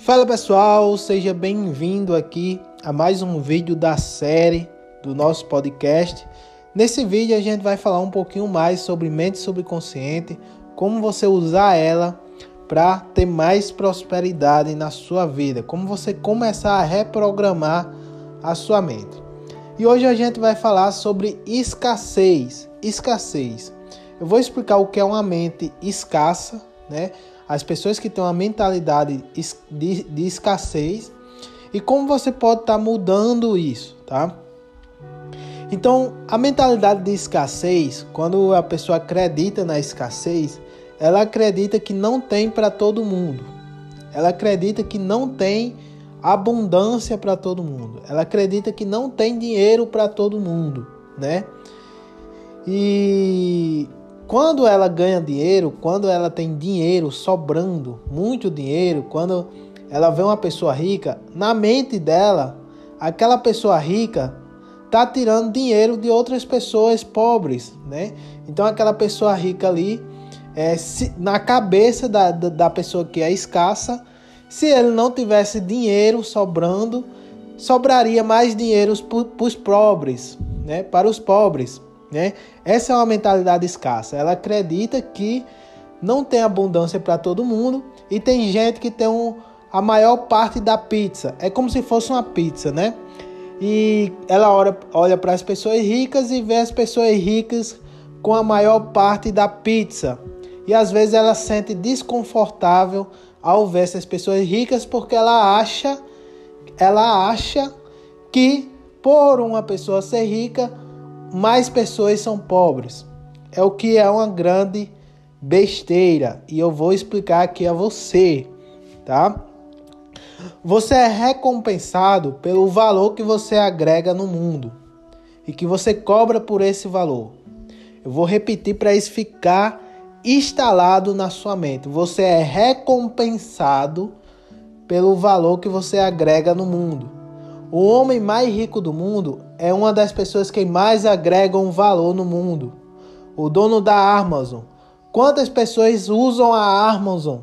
Fala pessoal, seja bem-vindo aqui a mais um vídeo da série do nosso podcast. Nesse vídeo a gente vai falar um pouquinho mais sobre mente subconsciente, como você usar ela para ter mais prosperidade na sua vida, como você começar a reprogramar a sua mente. E hoje a gente vai falar sobre escassez. Eu vou explicar o que é uma mente escassa, né? As pessoas que têm uma mentalidade de escassez e como você pode estar mudando isso, tá? Então, a mentalidade de escassez, quando a pessoa acredita na escassez, ela acredita que não tem para todo mundo. Ela acredita que não tem abundância para todo mundo. Ela acredita que não tem dinheiro para todo mundo, né? E quando ela ganha dinheiro, quando ela tem dinheiro sobrando, muito dinheiro, quando ela vê uma pessoa rica, na mente dela, aquela pessoa rica está tirando dinheiro de outras pessoas pobres, né? Então aquela pessoa rica ali, na cabeça da pessoa que é escassa, se ele não tivesse dinheiro sobrando, sobraria mais dinheiro para os pobres, né? Para os pobres. Né? Essa é uma mentalidade escassa. Ela acredita que não tem abundância para todo mundo e tem gente que tem a maior parte da pizza. É como se fosse uma pizza, né? E ela olha para as pessoas ricas e vê as pessoas ricas com a maior parte da pizza. E às vezes ela se sente desconfortável ao ver essas pessoas ricas porque ela acha que por uma pessoa ser rica, mais pessoas são pobres. É o que é uma grande besteira. E eu vou explicar aqui a você, tá? Você é recompensado pelo valor que você agrega no mundo. E que você cobra por esse valor. Eu vou repetir para isso ficar instalado na sua mente. Você é recompensado pelo valor que você agrega no mundo. O homem mais rico do mundo é uma das pessoas que mais agregam valor no mundo. O dono da Amazon. Quantas pessoas usam a Amazon?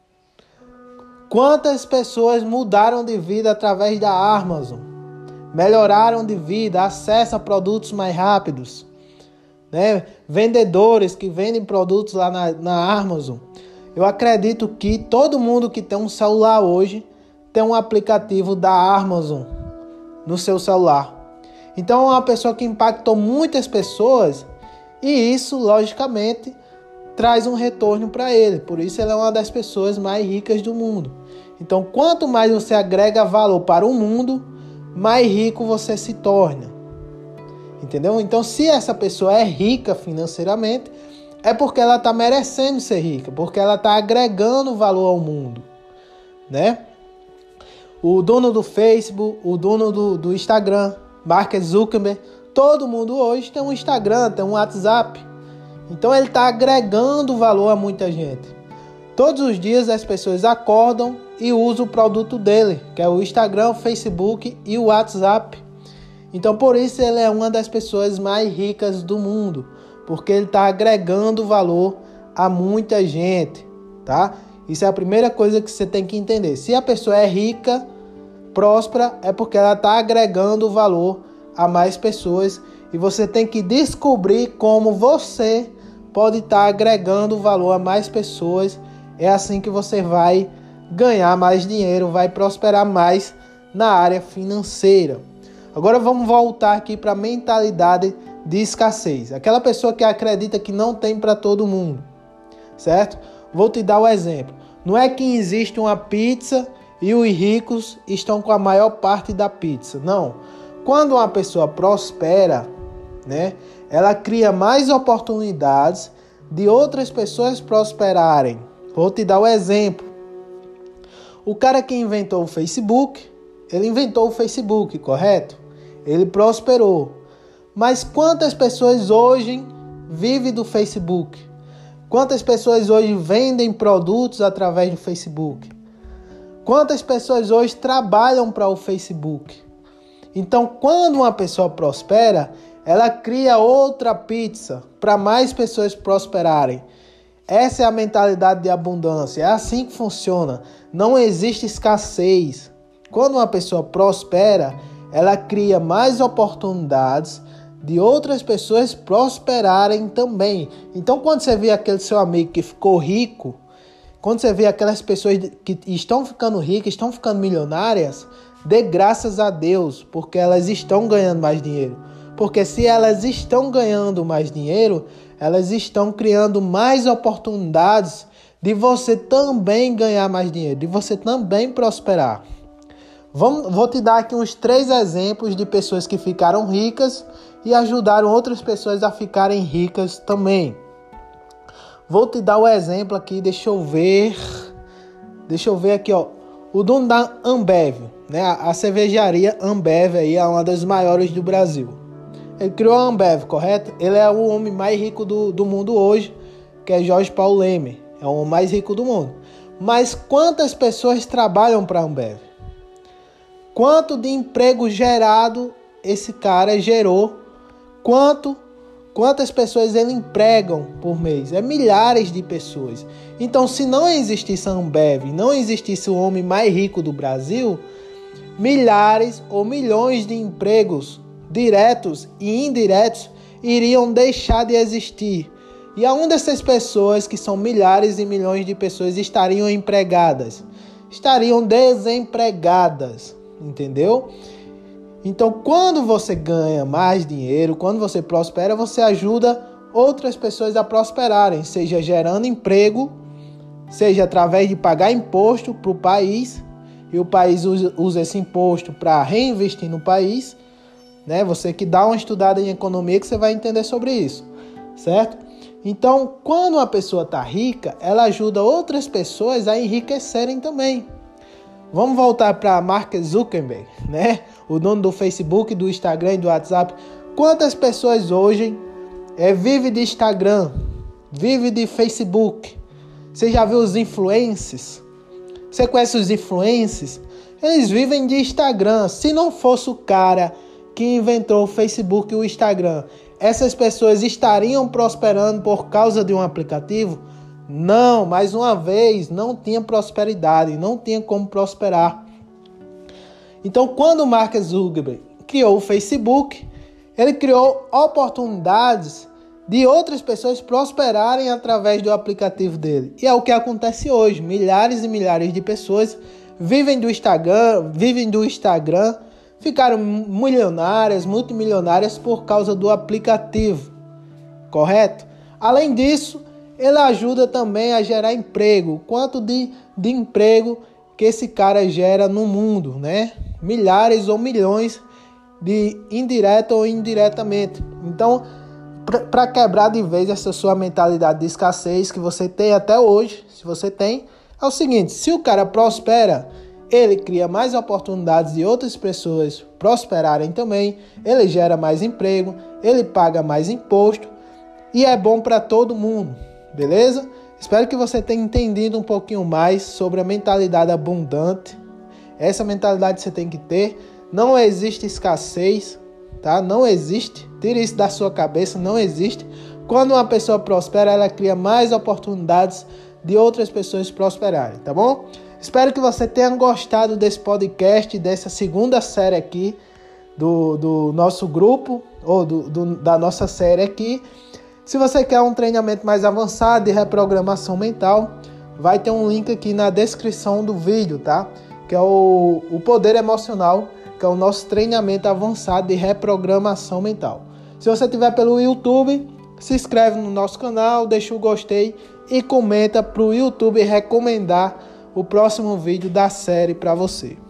Quantas pessoas mudaram de vida através da Amazon? Melhoraram de vida, acesso a produtos mais rápidos. Né? Vendedores que vendem produtos lá na Amazon. Eu acredito que todo mundo que tem um celular hoje tem um aplicativo da Amazon no seu celular. Então é uma pessoa que impactou muitas pessoas e isso, logicamente, traz um retorno para ele. Por isso ele é uma das pessoas mais ricas do mundo. Então quanto mais você agrega valor para o mundo, mais rico você se torna. Entendeu? Então se essa pessoa é rica financeiramente, é porque ela está merecendo ser rica, porque ela está agregando valor ao mundo, né? O dono do Facebook, o dono do Instagram, Mark Zuckerberg, todo mundo hoje tem um Instagram, tem um WhatsApp. Então ele está agregando valor a muita gente. Todos os dias as pessoas acordam e usam o produto dele, que é o Instagram, o Facebook e o WhatsApp. Então por isso ele é uma das pessoas mais ricas do mundo, porque ele está agregando valor a muita gente, tá? Isso é a primeira coisa que você tem que entender. Se a pessoa é rica, próspera, é porque ela está agregando valor a mais pessoas. E você tem que descobrir como você pode estar agregando valor a mais pessoas. É assim que você vai ganhar mais dinheiro, vai prosperar mais na área financeira. Agora vamos voltar aqui para a mentalidade de escassez. Aquela pessoa que acredita que não tem para todo mundo, certo? Vou te dar o exemplo. Não é que existe uma pizza e os ricos estão com a maior parte da pizza. Não. Quando uma pessoa prospera, né, ela cria mais oportunidades de outras pessoas prosperarem. Vou te dar o exemplo. O cara que inventou o Facebook, ele inventou o Facebook, correto? Ele prosperou. Mas quantas pessoas hoje vivem do Facebook? Quantas pessoas hoje vendem produtos através do Facebook? Quantas pessoas hoje trabalham para o Facebook? Então, quando uma pessoa prospera, ela cria outra pizza para mais pessoas prosperarem. Essa é a mentalidade de abundância. É assim que funciona. Não existe escassez. Quando uma pessoa prospera, ela cria mais oportunidades de outras pessoas prosperarem também. Então, quando você vê aquele seu amigo que ficou rico, quando você vê aquelas pessoas que estão ficando ricas, estão ficando milionárias, dê graças a Deus, porque elas estão ganhando mais dinheiro. Porque se elas estão ganhando mais dinheiro, elas estão criando mais oportunidades de você também ganhar mais dinheiro, de você também prosperar. Vou te dar aqui uns 3 exemplos de pessoas que ficaram ricas e ajudaram outras pessoas a ficarem ricas também. Vou te dar o exemplo aqui, deixa eu ver aqui, ó. O dono da Ambev, né? A cervejaria Ambev aí é uma das maiores do Brasil. Ele criou a Ambev, correto? Ele é o homem mais rico do mundo hoje, que é Jorge Paulo Lemann. É o homem mais rico do mundo. Mas quantas pessoas trabalham para a Ambev? Quanto de emprego gerado esse cara gerou? Quantas pessoas ele empregam por mês? É milhares de pessoas. Então, se não existisse a Ambev, não existisse o homem mais rico do Brasil, milhares ou milhões de empregos diretos e indiretos iriam deixar de existir. E aonde essas pessoas, que são milhares e milhões de pessoas, estariam empregadas? Estariam desempregadas, entendeu? Então, quando você ganha mais dinheiro, quando você prospera, você ajuda outras pessoas a prosperarem, seja gerando emprego, seja através de pagar imposto para o país, e o país usa esse imposto para reinvestir no país, né? Você que dá uma estudada em economia que você vai entender sobre isso, certo? Então, quando uma pessoa está rica, ela ajuda outras pessoas a enriquecerem também. Vamos voltar para Mark Zuckerberg, né? O dono do Facebook, do Instagram e do WhatsApp. Quantas pessoas hoje vivem de Instagram, vivem de Facebook? Você já viu os influencers? Você conhece os influencers? Eles vivem de Instagram. Se não fosse o cara que inventou o Facebook e o Instagram, essas pessoas estariam prosperando por causa de um aplicativo? Não, mais uma vez, não tinha prosperidade, não tinha como prosperar. Então, quando o Mark Zuckerberg criou o Facebook, ele criou oportunidades de outras pessoas prosperarem através do aplicativo dele. E é o que acontece hoje. Milhares e milhares de pessoas vivem do Instagram, ficaram milionárias, multimilionárias por causa do aplicativo, correto? Além disso, ele ajuda também a gerar emprego. Quanto de emprego que esse cara gera no mundo, né? Milhares ou milhões de indireto ou indiretamente. Então, para quebrar de vez essa sua mentalidade de escassez que você tem até hoje, se você tem, é o seguinte: se o cara prospera, ele cria mais oportunidades de outras pessoas prosperarem também, ele gera mais emprego, ele paga mais imposto e é bom para todo mundo, beleza? Espero que você tenha entendido um pouquinho mais sobre a mentalidade abundante. Essa mentalidade você tem que ter. Não existe escassez, tá? Não existe. Tire isso da sua cabeça, não existe. Quando uma pessoa prospera, ela cria mais oportunidades de outras pessoas prosperarem, tá bom? Espero que você tenha gostado desse podcast, dessa segunda série aqui do nosso grupo, ou da nossa série aqui. Se você quer um treinamento mais avançado de reprogramação mental, vai ter um link aqui na descrição do vídeo, tá? Que é o Poder Emocional, que é o nosso treinamento avançado de reprogramação mental. Se você estiver pelo YouTube, se inscreve no nosso canal, deixa o gostei e comenta para o YouTube recomendar o próximo vídeo da série para você.